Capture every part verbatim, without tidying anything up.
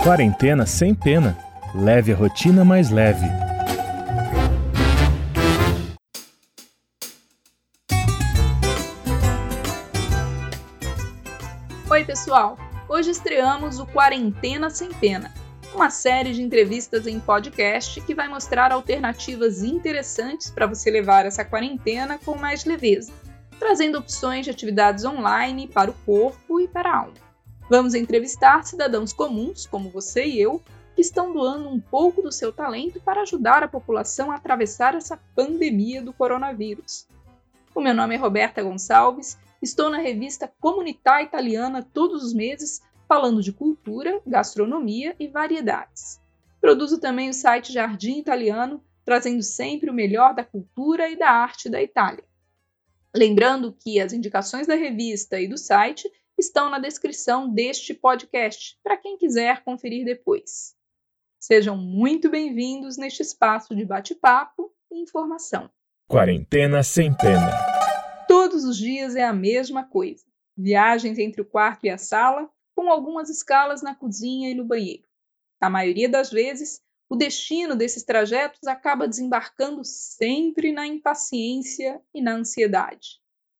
Quarentena sem pena. Leve a rotina mais leve. Oi, pessoal! Hoje estreamos o Quarentena Sem Pena, uma série de entrevistas em podcast que vai mostrar alternativas interessantes para você levar essa quarentena com mais leveza, trazendo opções de atividades online para o corpo e para a alma. Vamos entrevistar cidadãos comuns, como você e eu, que estão doando um pouco do seu talento para ajudar a população a atravessar essa pandemia do coronavírus. O meu nome é Roberta Gonçalves, estou na revista Comunità Italiana todos os meses, falando de cultura, gastronomia e variedades. Produzo também o site Jardim Italiano, trazendo sempre o melhor da cultura e da arte da Itália. Lembrando que as indicações da revista e do site estão na descrição deste podcast, para quem quiser conferir depois. Sejam muito bem-vindos neste espaço de bate-papo e informação. Quarentena sem pena. Todos os dias é a mesma coisa. Viagens entre o quarto e a sala, com algumas escalas na cozinha e no banheiro. Na maioria das vezes, o destino desses trajetos acaba desembarcando sempre na impaciência e na ansiedade.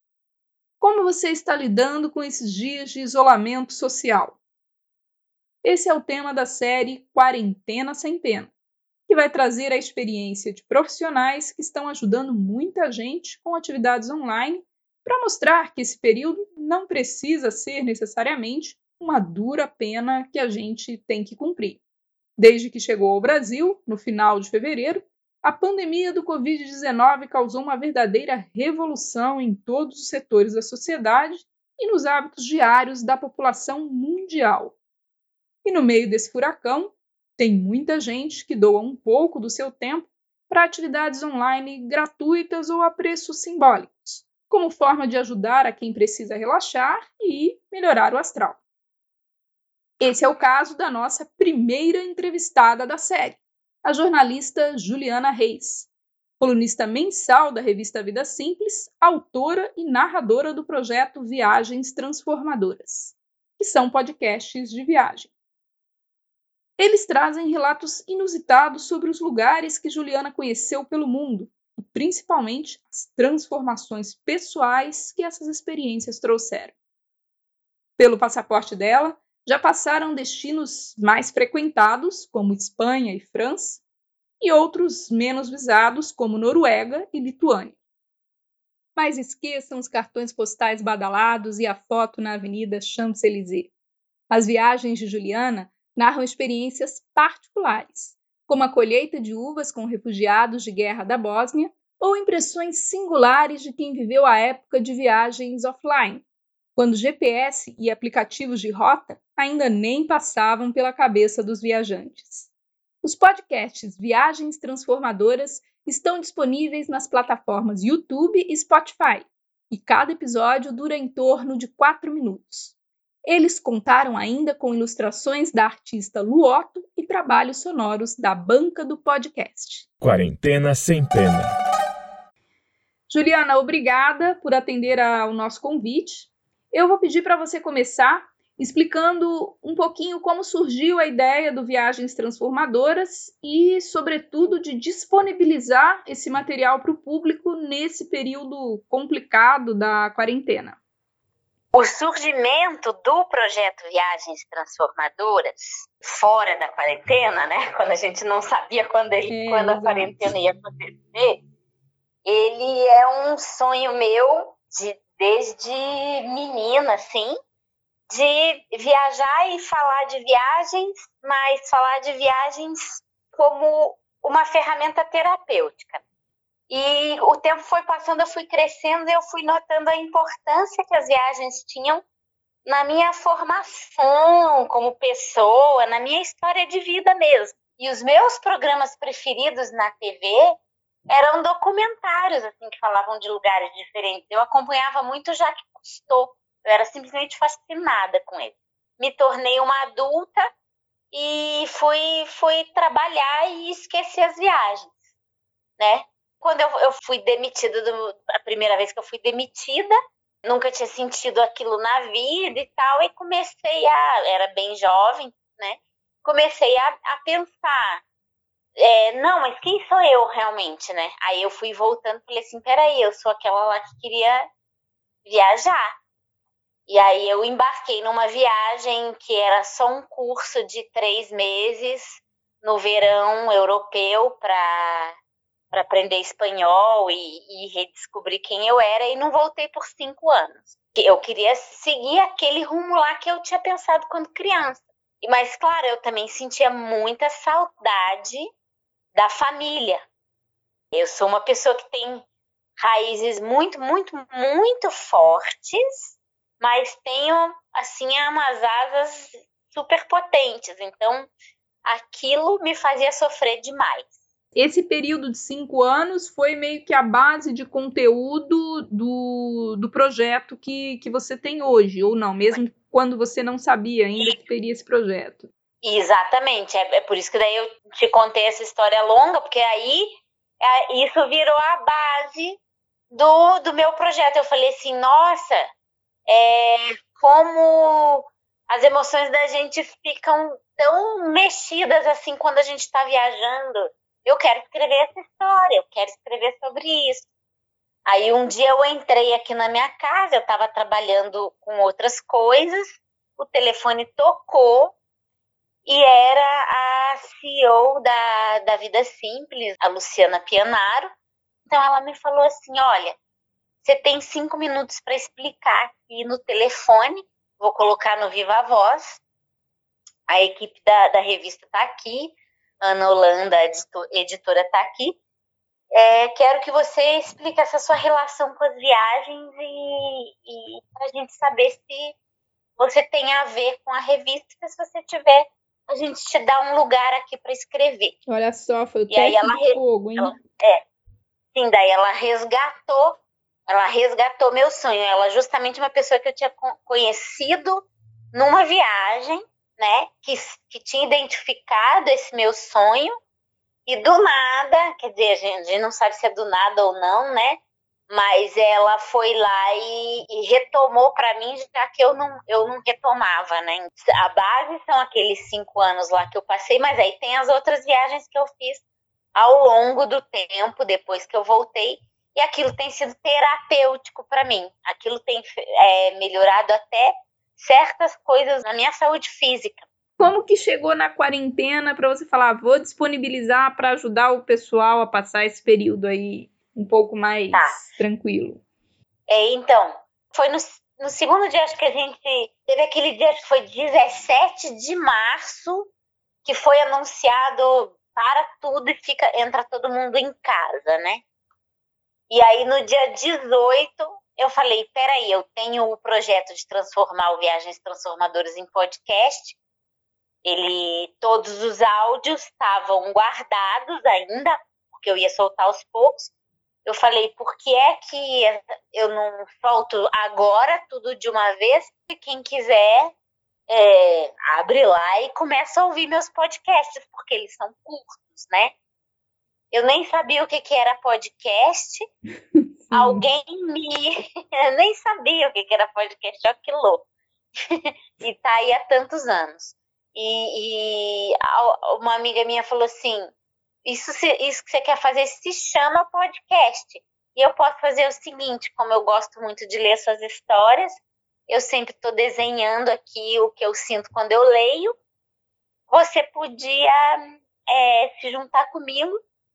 Como você está lidando com esses dias de isolamento social? Esse é o tema da série Quarentena Sem Pena, que vai trazer a experiência de profissionais que estão ajudando muita gente com atividades online para mostrar que esse período não precisa ser necessariamente uma dura pena que a gente tem que cumprir. Desde que chegou ao Brasil, no final de fevereiro, a pandemia do covid dezenove causou uma verdadeira revolução em todos os setores da sociedade e nos hábitos diários da população mundial. E no meio desse furacão, tem muita gente que doa um pouco do seu tempo para atividades online gratuitas ou a preços simbólicos, como forma de ajudar a quem precisa relaxar e melhorar o astral. Esse é o caso da nossa primeira entrevistada da série, a jornalista Juliana Reis, colunista mensal da revista Vida Simples, autora e narradora do projeto Viagens Transformadoras, que são podcasts de viagem. Eles trazem relatos inusitados sobre os lugares que Juliana conheceu pelo mundo e, principalmente, as transformações pessoais que essas experiências trouxeram. Pelo passaporte dela, já passaram destinos mais frequentados, como Espanha e França, e outros menos visados, como Noruega e Lituânia. Mas esqueçam os cartões postais badalados e a foto na Avenida Champs-Élysées. As viagens de Juliana narram experiências particulares, como a colheita de uvas com refugiados de guerra da Bósnia ou impressões singulares de quem viveu a época de viagens offline, quando G P S e aplicativos de rota ainda nem passavam pela cabeça dos viajantes. Os podcasts Viagens Transformadoras estão disponíveis nas plataformas YouTube e Spotify, e cada episódio dura em torno de quatro minutos. Eles contaram ainda com ilustrações da artista Luotto e trabalhos sonoros da banca do podcast. Quarentena sem pena. Juliana, obrigada por atender ao nosso convite. Eu vou pedir para você começar explicando um pouquinho como surgiu a ideia do Viagens Transformadoras e, sobretudo, de disponibilizar esse material para o público nesse período complicado da quarentena. O surgimento do projeto Viagens Transformadoras, fora da quarentena, né? Quando a gente não sabia quando, ele, é, quando a quarentena ia acontecer, ele é um sonho meu de, desde menina, assim, de viajar e falar de viagens, mas falar de viagens como uma ferramenta terapêutica. E o tempo foi passando, eu fui crescendo e eu fui notando a importância que as viagens tinham na minha formação como pessoa, na minha história de vida mesmo. E os meus programas preferidos na T V eram documentários, assim, que falavam de lugares diferentes. Eu acompanhava muito Jacques Cousteau, eu era simplesmente fascinada com ele. Me tornei uma adulta e fui, fui trabalhar e esquecer as viagens, né? Quando eu, eu fui demitida, do, a primeira vez que eu fui demitida, nunca tinha sentido aquilo na vida e tal, e comecei a, era bem jovem, né? comecei a, a pensar, é, não, mas quem sou eu realmente, né? Aí eu fui voltando e falei assim, peraí, eu sou aquela lá que queria viajar. E aí eu embarquei numa viagem que era só um curso de três meses no verão europeu para para aprender espanhol e, e redescobrir quem eu era, e não voltei por cinco anos. Eu queria seguir aquele rumo lá que eu tinha pensado quando criança. Mas, claro, eu também sentia muita saudade da família. Eu sou uma pessoa que tem raízes muito, muito, muito fortes, mas tenho, assim, umas asas super potentes. Então, aquilo me fazia sofrer demais. Esse período de cinco anos foi meio que a base de conteúdo do, do projeto que, que você tem hoje, ou não? Mesmo quando você não sabia ainda que teria esse projeto. Exatamente. É, é por isso que daí eu te contei essa história longa, porque aí é, isso virou a base do, do meu projeto. Eu falei assim, nossa, é, como as emoções da gente ficam tão mexidas assim quando a gente está viajando. Eu quero escrever essa história, eu quero escrever sobre isso. Aí um dia eu entrei aqui na minha casa, eu estava trabalhando com outras coisas, o telefone tocou e era a C E O da, da Vida Simples, a Luciana Pianaro. Então ela me falou assim, olha, você tem cinco minutos para explicar aqui no telefone, vou colocar no Viva Voz, a equipe da, da revista está aqui, Ana Holanda, a editora, está aqui. É, quero que você explique essa sua relação com as viagens e, e para a gente saber se você tem a ver com a revista. Se você tiver, a gente te dá um lugar aqui para escrever. Olha só, foi o teste de fogo, hein? Ela, é, sim, daí ela resgatou, ela resgatou meu sonho. Ela é justamente uma pessoa que eu tinha conhecido numa viagem, né, que, que tinha identificado esse meu sonho, e do nada, quer dizer, a gente, a gente não sabe se é do nada ou não, né, mas ela foi lá e, e retomou para mim, já que eu não, eu não retomava, né. A base são aqueles cinco anos lá que eu passei, mas aí tem as outras viagens que eu fiz ao longo do tempo, depois que eu voltei, e aquilo tem sido terapêutico para mim, aquilo tem é, melhorado até certas coisas na minha saúde física. Como que chegou na quarentena para você falar, vou disponibilizar para ajudar o pessoal a passar esse período aí um pouco mais tá. tranquilo? É, então, foi no, no segundo dia, acho que a gente teve aquele dia, acho que foi dezessete de março, que foi anunciado para tudo e fica, entra todo mundo em casa, né? E aí no dia dezoito eu falei, peraí, eu tenho o projeto de transformar o Viagens Transformadoras em podcast. Ele, todos os áudios estavam guardados ainda, porque eu ia soltar aos poucos. Eu falei, por que é que eu não solto agora tudo de uma vez? Quem quiser, é, abre lá e começa a ouvir meus podcasts, porque eles são curtos, né? Eu nem sabia o que, que era podcast. Alguém me... Eu nem sabia o que, que era podcast, olha que louco. E tá aí há tantos anos. E, e uma amiga minha falou assim, isso, isso que você quer fazer se chama podcast. E eu posso fazer o seguinte, como eu gosto muito de ler suas histórias, eu sempre estou desenhando aqui o que eu sinto quando eu leio, você podia é, se juntar comigo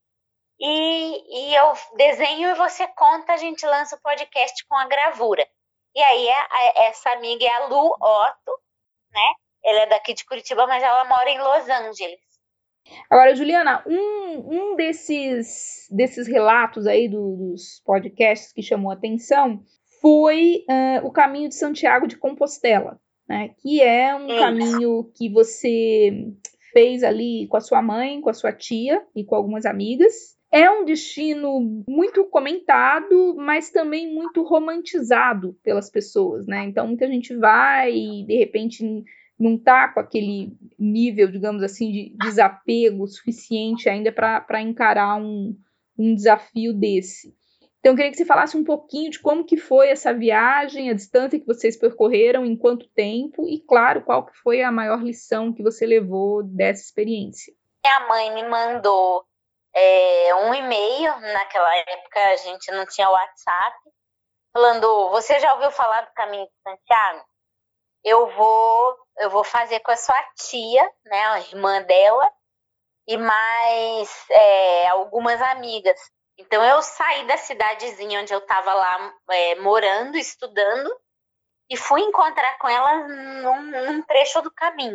e, e eu desenho e você conta, a gente lança o podcast com a gravura. E aí a, a, essa amiga é a Lu Otto, né? Ela é daqui de Curitiba, mas ela mora em Los Angeles. Agora, Juliana, um, um desses, desses relatos aí do, dos podcasts que chamou a atenção foi uh, o Caminho de Santiago de Compostela, né? Que é um Isso. caminho que você fez ali com a sua mãe, com a sua tia e com algumas amigas. É um destino muito comentado, mas também muito romantizado pelas pessoas, né? Então, muita gente vai e, de repente, não está com aquele nível, digamos assim, de desapego suficiente ainda para encarar um, um desafio desse. Então, eu queria que você falasse um pouquinho de como que foi essa viagem, a distância que vocês percorreram, em quanto tempo, e, claro, qual que foi a maior lição que você levou dessa experiência. Minha mãe me mandou é, um e-mail, naquela época a gente não tinha WhatsApp, falando, você já ouviu falar do Caminho de Santiago? Eu vou, eu vou fazer com a sua tia, né, a irmã dela, e mais é, algumas amigas. Então, eu saí da cidadezinha onde eu estava lá é, morando, estudando, e fui encontrar com elas num, num trecho do caminho.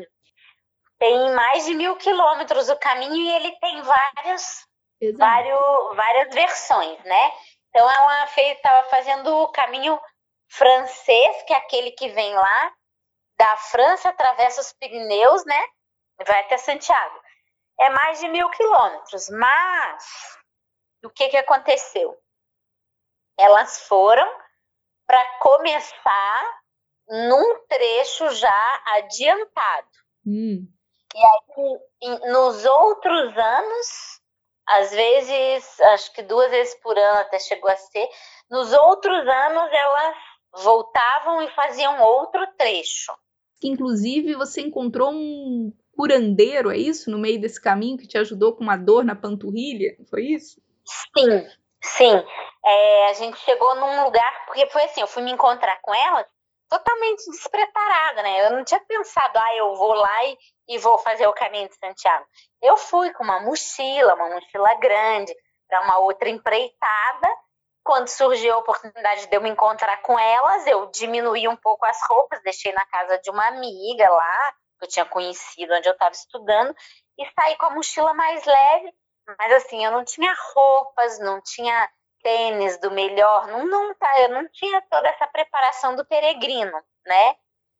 Tem mais de mil quilômetros o caminho e ele tem várias, vários, várias versões, né? Então, ela estava fazendo o caminho francês, que é aquele que vem lá da França, atravessa os Pirineus, né? Vai até Santiago. É mais de mil quilômetros, mas o que, que aconteceu? Elas foram para começar num trecho já adiantado. Hum. E aí, em, nos outros anos, às vezes, acho que duas vezes por ano até chegou a ser, nos outros anos elas voltavam e faziam outro trecho. Inclusive, você encontrou um curandeiro, é isso? No meio desse caminho que te ajudou com uma dor na panturrilha, foi isso? Sim, sim. É, a gente chegou num lugar, porque foi assim, eu fui me encontrar com elas totalmente despreparada, né? Eu não tinha pensado, ah, eu vou lá e, e vou fazer o Caminho de Santiago. Eu fui com uma mochila, uma mochila grande, para uma outra empreitada. Quando surgiu a oportunidade de eu me encontrar com elas, eu diminuí um pouco as roupas, deixei na casa de uma amiga lá, que eu tinha conhecido, onde eu estava estudando, e saí com a mochila mais leve. Mas assim, eu não tinha roupas, não tinha tênis do melhor, não, não, tá, eu não tinha toda essa preparação do peregrino, né?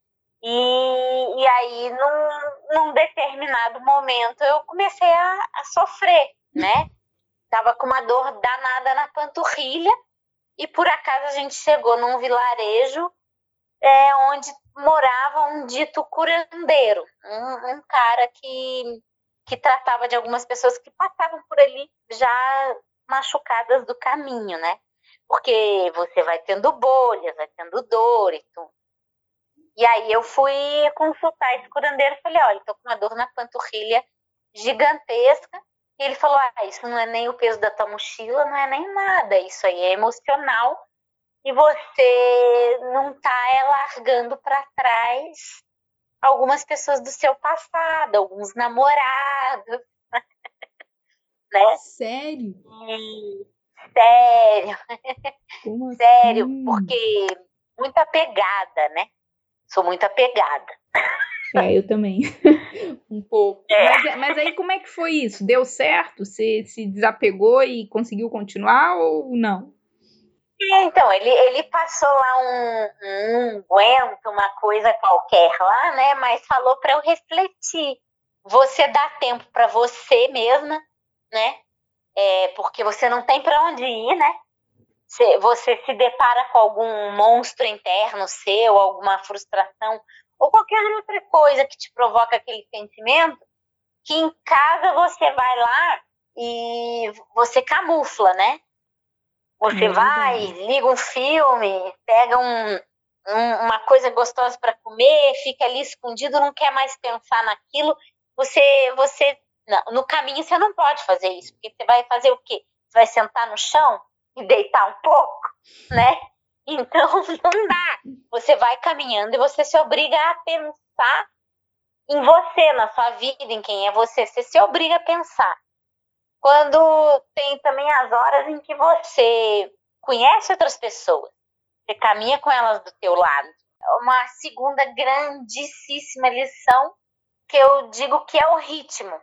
E, e aí, num, num determinado momento, eu comecei a, a sofrer, né? Tava com uma dor danada na panturrilha e por acaso a gente chegou num vilarejo é, onde morava um dito curandeiro, um, um cara que, que tratava de algumas pessoas que passavam por ali já machucadas do caminho, né? Porque você vai tendo bolhas, vai tendo dor e tudo. E aí eu fui consultar esse curandeiro e falei, olha, tô com uma dor na panturrilha gigantesca. E ele falou, ah, isso não é nem o peso da tua mochila, não é nem nada, isso aí é emocional e você não tá é, largando para trás algumas pessoas do seu passado, alguns namorados, né? Sério? E, sério. Como sério, assim? porque muito apegada, né? Sou muito apegada. É, eu também. Um pouco. É. Mas, mas aí como é que foi isso? Deu certo? Você se desapegou e conseguiu continuar ou não? Então, ele, ele passou lá um, um unguento, uma coisa qualquer lá, né? Mas falou para eu refletir. Você dá tempo para você mesma, né? É, porque você não tem para onde ir, né? Você, você se depara com algum monstro interno seu, alguma frustração, ou qualquer outra coisa que te provoca aquele sentimento, que em casa você vai lá e você camufla, né? Você é vai, liga um filme, pega um, um, uma coisa gostosa para comer, fica ali escondido, não quer mais pensar naquilo. Você, você não, no caminho você não pode fazer isso, porque você vai fazer o quê? Você vai sentar no chão e deitar um pouco, né? Então não dá. Você vai caminhando e você se obriga a pensar em você, na sua vida, em quem é você. Você se obriga a pensar. Quando tem também as horas em que você conhece outras pessoas, você caminha com elas do teu lado. Uma segunda grandíssima lição que eu digo que é o ritmo.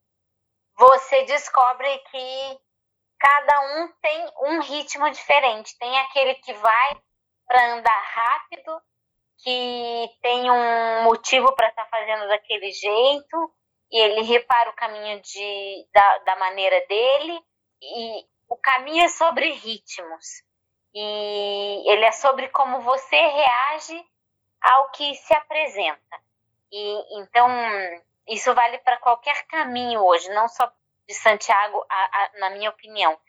Você descobre que cada um tem um ritmo diferente. Tem aquele que vai para andar rápido, que tem um motivo para estar tá fazendo daquele jeito, e ele repara o caminho de, da, da maneira dele, e o caminho é sobre ritmos, e ele é sobre como você reage ao que se apresenta. E então, isso vale para qualquer caminho hoje, não só de Santiago, a, a, na minha opinião.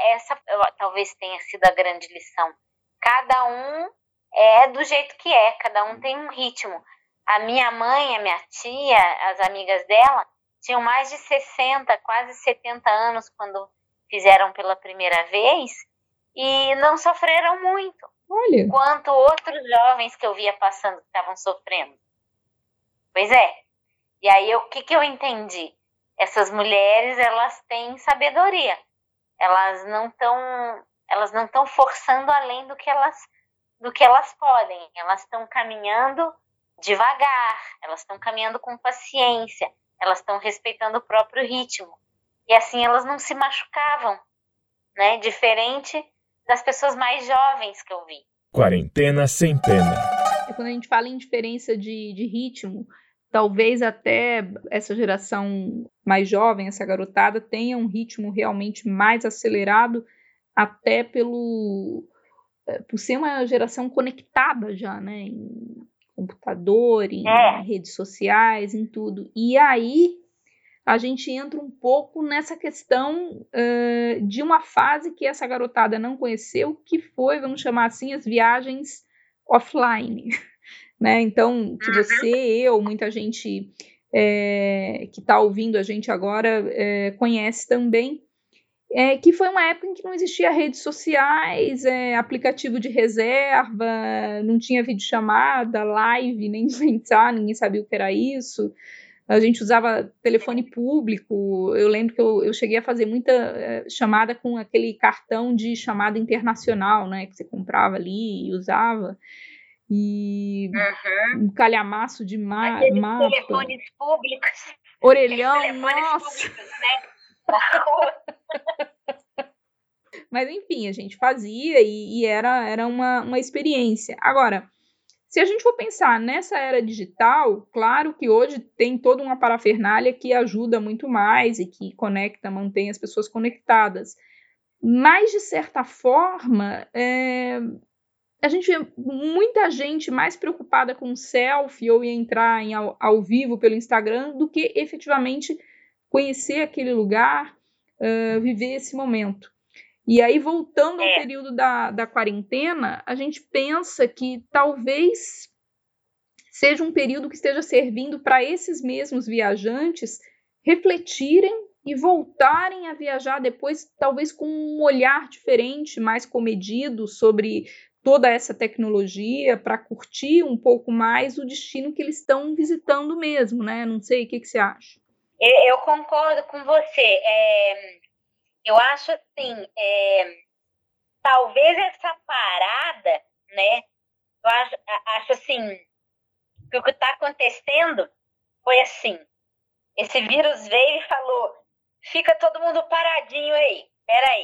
essa talvez tenha sido a grande lição. Cada um é do jeito que é, cada um tem um ritmo. A minha mãe, a minha tia, as amigas dela, tinham mais de sessenta, quase setenta anos quando fizeram pela primeira vez e não sofreram muito. Olha. Quanto outros jovens que eu via passando que estavam sofrendo. Pois é. E aí, o que, que eu entendi? Essas mulheres, elas têm sabedoria. Elas não estão elas não estão forçando além do que elas, do que elas podem. Elas estão caminhando devagar, elas estão caminhando com paciência, elas estão respeitando o próprio ritmo. E assim elas não se machucavam, né? Diferente das pessoas mais jovens que eu vi. Quarentena sem pena. Quando a gente fala em diferença de, de ritmo, talvez até essa geração mais jovem, essa garotada, tenha um ritmo realmente mais acelerado, até pelo por ser uma geração conectada já, né? Em computador, em É. redes sociais, em tudo. E aí a gente entra um pouco nessa questão uh, de uma fase que essa garotada não conheceu, que foi, vamos chamar assim, as viagens offline. Né? Então, que você, eu, muita gente é, que está ouvindo a gente agora é, conhece também, é, que foi uma época em que não existia redes sociais, é, aplicativo de reserva, não tinha videochamada, live, nem pensar, ninguém sabia o que era isso. A gente usava telefone público. Eu lembro que eu, eu cheguei a fazer muita é, chamada com aquele cartão de chamada internacional, né, que você comprava ali e usava. E uhum. um calhamaço de ma- Aqueles mapa. telefones públicos. Orelhão, telefones nossa! Públicos, né? Na rua. Mas enfim, a gente fazia e, e era, era uma, uma experiência. Agora, se a gente for pensar nessa era digital, claro que hoje tem toda uma parafernália que ajuda muito mais e que conecta, mantém as pessoas conectadas. Mas, de certa forma, é, a gente vê muita gente mais preocupada com selfie ou em entrar em ao, ao vivo pelo Instagram do que efetivamente conhecer aquele lugar, uh, viver esse momento. E aí, voltando ao É. período da, da quarentena, a gente pensa que talvez seja um período que esteja servindo para esses mesmos viajantes refletirem e voltarem a viajar depois, talvez com um olhar diferente, mais comedido sobre toda essa tecnologia, para curtir um pouco mais o destino que eles estão visitando mesmo, né? Não sei, o que, que você acha? Eu concordo com você. É, eu acho assim, é, talvez essa parada, né? Eu acho, acho assim, que o que está acontecendo foi assim, esse vírus veio e falou, fica todo mundo paradinho aí, peraí,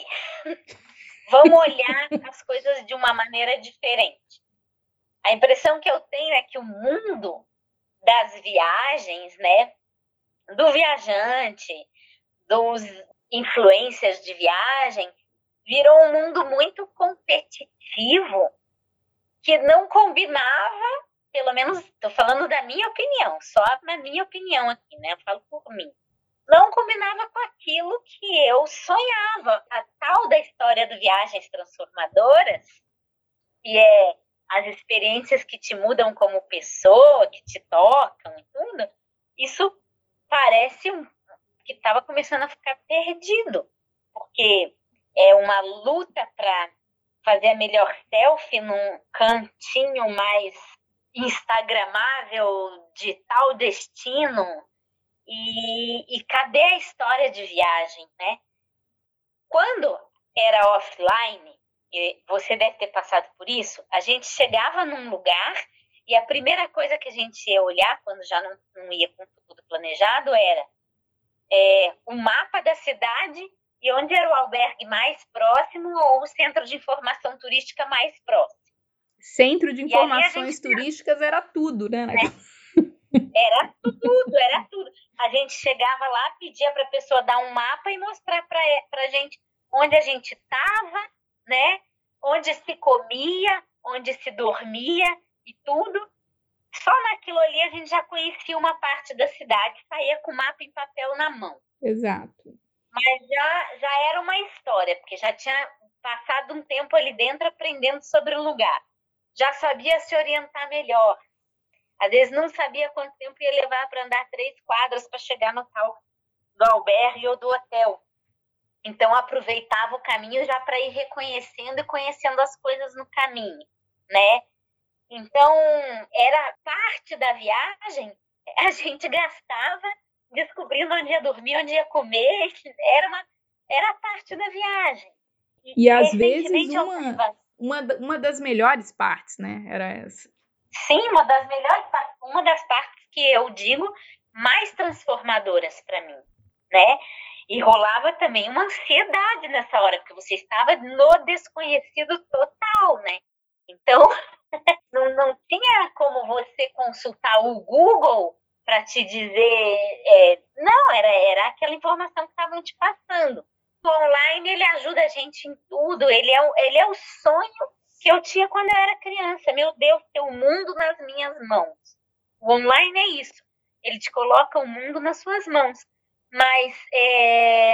vamos olhar as coisas de uma maneira diferente. A impressão que eu tenho é que o mundo das viagens, né, do viajante, dos influencers de viagem, virou um mundo muito competitivo que não combinava, pelo menos estou falando da minha opinião, só na minha opinião aqui, né? Eu falo por mim. Não combinava com aquilo que eu sonhava. A tal da história do Viagens Transformadoras, que é as experiências que te mudam como pessoa, que te tocam e tudo, isso parece um, que estava começando a ficar perdido, porque é uma luta para fazer a melhor selfie num cantinho mais instagramável de tal destino. E, e cadê a história de viagem, né? Quando era offline, você deve ter passado por isso, a gente chegava num lugar e a primeira coisa que a gente ia olhar, quando já não, não ia com tudo planejado, era é, o mapa da cidade e onde era o albergue mais próximo ou o centro de informação turística mais próximo. Centro de informações gente... turísticas era tudo, né? É. Era tudo, era tudo. A gente chegava lá, pedia para a pessoa dar um mapa e mostrar para a gente onde a gente estava, né? Onde se comia, onde se dormia e tudo. Só naquilo ali a gente já conhecia uma parte da cidade, saía com o mapa em papel na mão. Exato. Mas já, já era uma história, porque já tinha passado um tempo ali dentro aprendendo sobre o lugar. Já sabia se orientar melhor. Às vezes não sabia quanto tempo ia levar para andar três quadras para chegar no tal do albergue ou do hotel. Então aproveitava o caminho já para ir reconhecendo e conhecendo as coisas no caminho, né? Então era parte da viagem, a gente gastava descobrindo onde ia dormir, onde ia comer, era uma era parte da viagem. E, e às vezes uma, uma, uma das melhores partes, né? Era essa. Sim, uma das melhores partes, uma das partes que eu digo mais transformadoras para mim, né? E rolava também uma ansiedade nessa hora, porque você estava no desconhecido total, né? Então, não, não tinha como você consultar o Google para te dizer... É, não, era, era aquela informação que estavam te passando. O online, ele ajuda a gente em tudo, ele é, ele é o sonho que eu tinha quando eu era criança. Meu Deus, ter o mundo nas minhas mãos. O online é isso. Ele te coloca o mundo nas suas mãos. Mas é,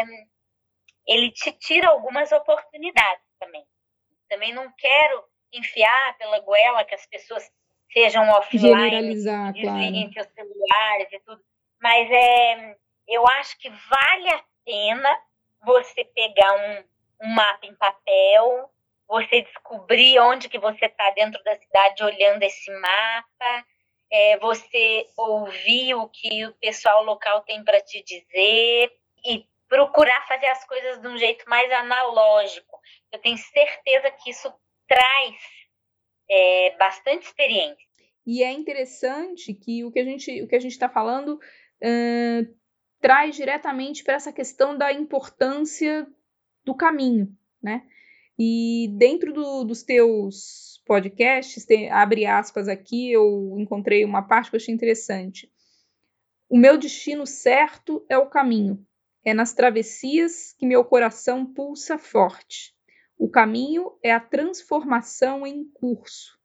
ele te tira algumas oportunidades também. Também não quero enfiar pela goela que as pessoas sejam offline, generalizar, desliguem claro. seus celulares e tudo. Mas é, eu acho que vale a pena você pegar um, um mapa em papel, você descobrir onde que você está dentro da cidade olhando esse mapa, é, você ouvir o que o pessoal local tem para te dizer e procurar fazer as coisas de um jeito mais analógico. Eu tenho certeza que isso traz é, bastante experiência. E é interessante que o que a gente o que a gente está falando uh, traz diretamente para essa questão da importância do caminho, né? E dentro do, dos teus podcasts, tem, abre aspas aqui, eu encontrei uma parte que eu achei interessante. O meu destino certo é o caminho. É nas travessias que meu coração pulsa forte. O caminho é a transformação em curso.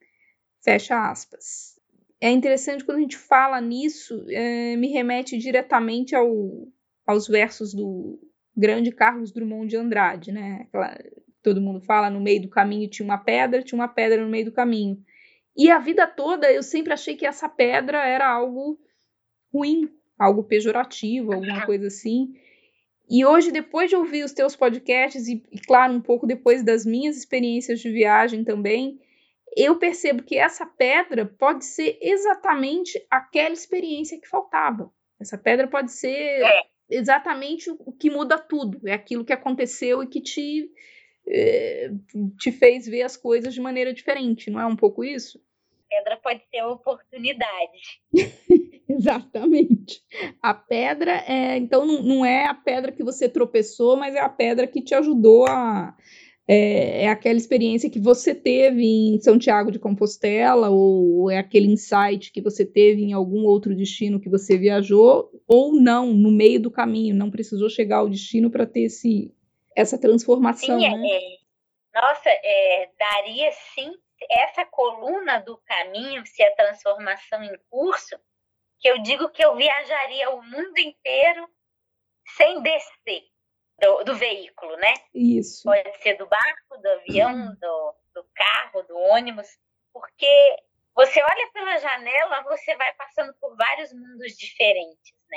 Fecha aspas. É interessante quando a gente fala nisso, é, me remete diretamente ao, aos versos do grande Carlos Drummond de Andrade, né? Aquela, todo mundo fala, no meio do caminho tinha uma pedra, tinha uma pedra no meio do caminho. E a vida toda eu sempre achei que essa pedra era algo ruim, algo pejorativo, alguma coisa assim. E hoje, depois de ouvir os teus podcasts e, e claro, um pouco depois das minhas experiências de viagem também, eu percebo que essa pedra pode ser exatamente aquela experiência que faltava. Essa pedra pode ser exatamente o que muda tudo. É aquilo que aconteceu e que te, eh, te fez ver as coisas de maneira diferente. Não é um pouco isso? Pedra pode ser uma oportunidade. Exatamente. A pedra, é, então, não, não é a pedra que você tropeçou, mas é a pedra que te ajudou a... É, é aquela experiência que você teve em São Tiago de Compostela, ou é aquele insight que você teve em algum outro destino que você viajou, ou não, no meio do caminho, não precisou chegar ao destino para ter esse, essa transformação, sim, né? É, nossa, é, daria sim essa coluna do caminho, se a transformação em curso, que eu digo que eu viajaria o mundo inteiro sem descer do, do veículo, né? Isso. Pode ser do barco, do avião, do, do carro, do ônibus, porque você olha pela janela, você vai passando por vários mundos diferentes, né?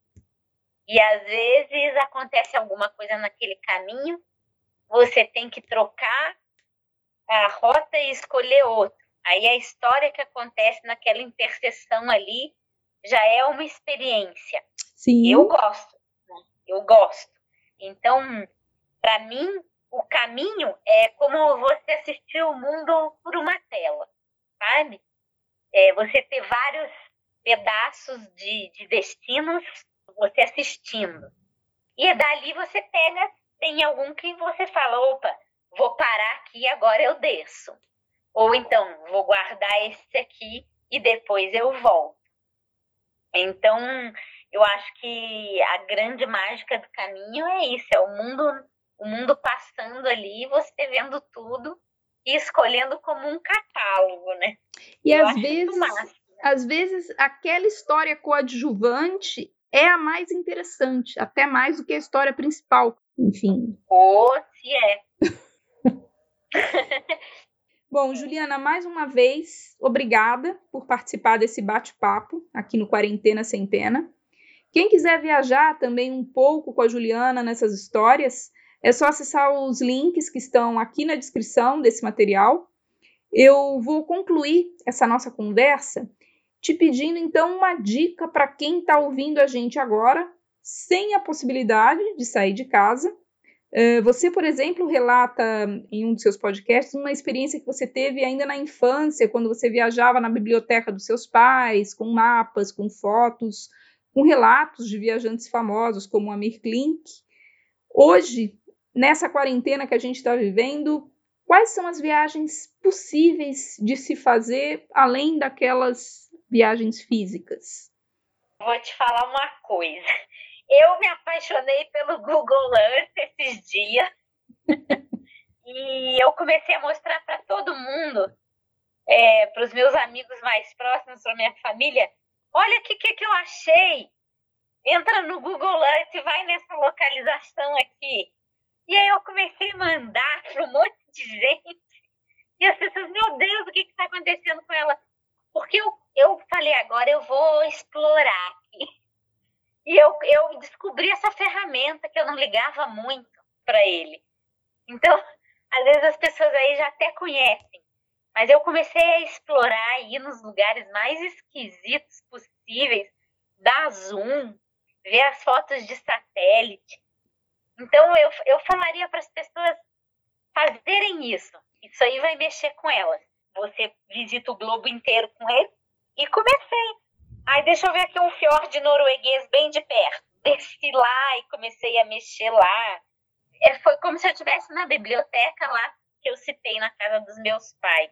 E às vezes acontece alguma coisa naquele caminho, você tem que trocar a rota e escolher outro. Aí a história que acontece naquela interseção ali já é uma experiência. Sim. Eu gosto, né? Eu gosto. Então, para mim, o caminho é como você assistir o mundo por uma tela, sabe? É você ter vários pedaços de, de destinos, você assistindo. E dali você pega, tem algum que você fala, opa, vou parar aqui, agora eu desço. Ou então, vou guardar esse aqui e depois eu volto. Então, eu acho que a grande mágica do caminho é isso, é o mundo, o mundo passando ali, você vendo tudo e escolhendo como um catálogo, né? E eu às vezes, às vezes, aquela história coadjuvante é a mais interessante, até mais do que a história principal. Enfim. Ou se é. Bom, Juliana, mais uma vez, obrigada por participar desse bate-papo aqui no Quarentena Sem Pena. Quem quiser viajar também um pouco com a Juliana nessas histórias, é só acessar os links que estão aqui na descrição desse material. Eu vou concluir essa nossa conversa te pedindo, então, uma dica para quem está ouvindo a gente agora, sem a possibilidade de sair de casa. Você, por exemplo, relata em um dos seus podcasts uma experiência que você teve ainda na infância, quando você viajava na biblioteca dos seus pais, com mapas, com fotos, com relatos de viajantes famosos, como Amir Klink. Hoje, nessa quarentena que a gente está vivendo, quais são as viagens possíveis de se fazer, além daquelas viagens físicas? Vou te falar uma coisa. Eu me apaixonei pelo Google Earth esses dias e eu comecei a mostrar para todo mundo, é, para os meus amigos mais próximos, para minha família, olha o que, que, que eu achei. Entra no Google Earth e vai nessa localização aqui. E aí eu comecei a mandar para um monte de gente. E as pessoas, meu Deus, o que está acontecendo com ela? Porque eu, eu falei, agora eu vou explorar aqui. E eu, eu descobri essa ferramenta que eu não ligava muito para ele. Então, às vezes as pessoas aí já até conhecem. Mas eu comecei a explorar e ir nos lugares mais esquisitos possíveis, dar zoom, ver as fotos de satélite. Então, eu, eu falaria para as pessoas fazerem isso. Isso aí vai mexer com elas. Você visita o globo inteiro com ele e comecei. Aí deixa eu ver aqui um fiord norueguês bem de perto. Desci lá e comecei a mexer lá. É, foi como se eu estivesse na biblioteca lá que eu citei na casa dos meus pais.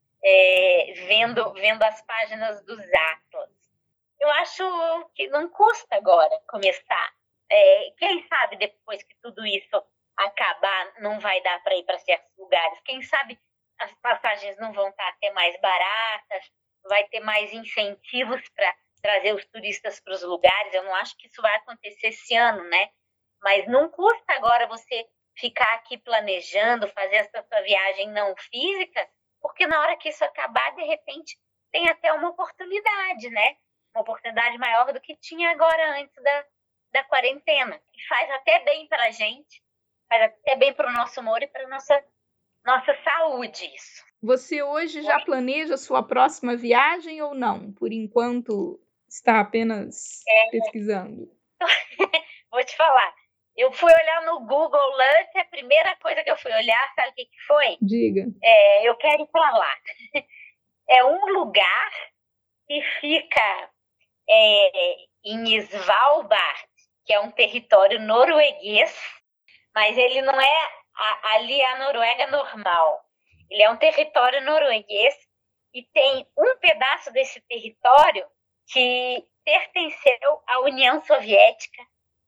É, vendo, vendo as páginas dos atlas. Eu acho que não custa agora começar. É, quem sabe depois que tudo isso acabar não vai dar para ir para certos lugares. Quem sabe as passagens não vão estar até mais baratas, vai ter mais incentivos para trazer os turistas para os lugares. Eu não acho que isso vai acontecer esse ano, né? Mas não custa agora você ficar aqui planejando, fazer essa sua viagem não física, porque na hora que isso acabar, de repente, tem até uma oportunidade, né? Uma oportunidade maior do que tinha agora antes da, da quarentena. E faz até bem para a gente, faz até bem para o nosso humor e para a nossa, nossa saúde isso. Você hoje já planeja a sua próxima viagem ou não? Por enquanto, está apenas é. pesquisando. Vou te falar. Eu fui olhar no Google Earth, a primeira coisa que eu fui olhar, sabe o que, que foi? Diga. É, eu quero ir para lá. É um lugar que fica é, em Svalbard, que é um território norueguês, mas ele não é a, ali a Noruega normal. Ele é um território norueguês e tem um pedaço desse território que pertenceu à União Soviética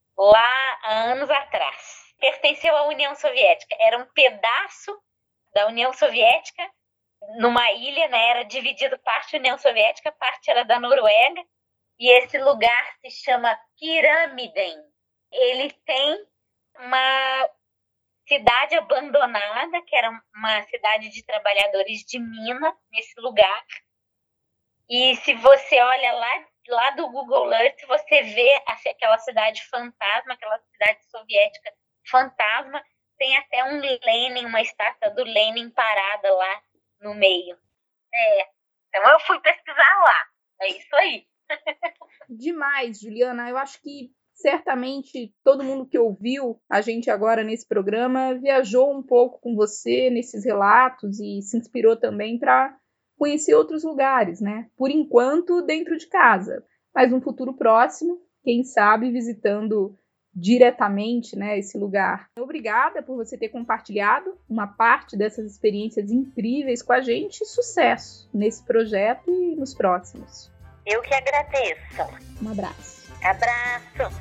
lá há anos atrás. Pertenceu à União Soviética. Era um pedaço da União Soviética numa ilha, né? Era dividido parte da União Soviética, parte era da Noruega. E esse lugar se chama Pyramiden. Ele tem uma cidade abandonada, que era uma cidade de trabalhadores de mina nesse lugar. E se você olha lá, lá do Google Earth, você vê aquela cidade fantasma, aquela cidade soviética fantasma. Tem até um Lenin, uma estátua do Lenin parada lá no meio. É, então eu fui pesquisar lá. É isso aí. Demais, Juliana. Eu acho que certamente todo mundo que ouviu a gente agora nesse programa viajou um pouco com você nesses relatos e se inspirou também para conhecer outros lugares, né? Por enquanto, dentro de casa. Mas no futuro próximo, quem sabe, visitando diretamente, né, esse lugar. Obrigada por você ter compartilhado uma parte dessas experiências incríveis com a gente. Sucesso nesse projeto e nos próximos. Eu que agradeço. Um abraço. Abraço.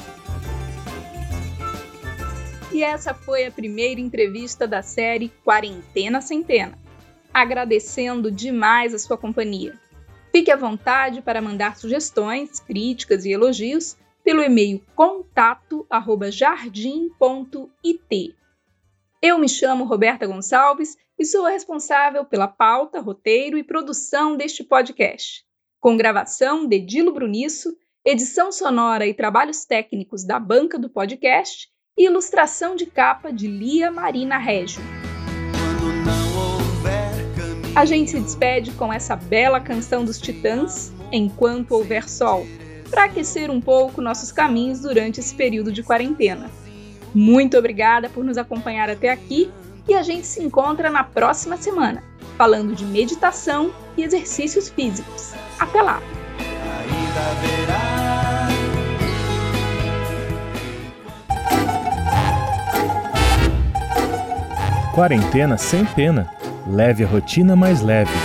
E essa foi a primeira entrevista da série Quarentena Sem Pena. Agradecendo demais a sua companhia. Fique à vontade para mandar sugestões, críticas e elogios pelo e-mail contato arroba jardim ponto it. Eu me chamo Roberta Gonçalves e sou a responsável pela pauta, roteiro e produção deste podcast, com gravação de Dilo Brunisso, edição sonora e trabalhos técnicos da banca do podcast e ilustração de capa de Lia Marina Régio. A gente se despede com essa bela canção dos Titãs, Enquanto Houver Sol, para aquecer um pouco nossos caminhos durante esse período de quarentena. Muito obrigada por nos acompanhar até aqui e a gente se encontra na próxima semana, falando de meditação e exercícios físicos. Até lá! Quarentena sem pena. Leve a rotina mais leve.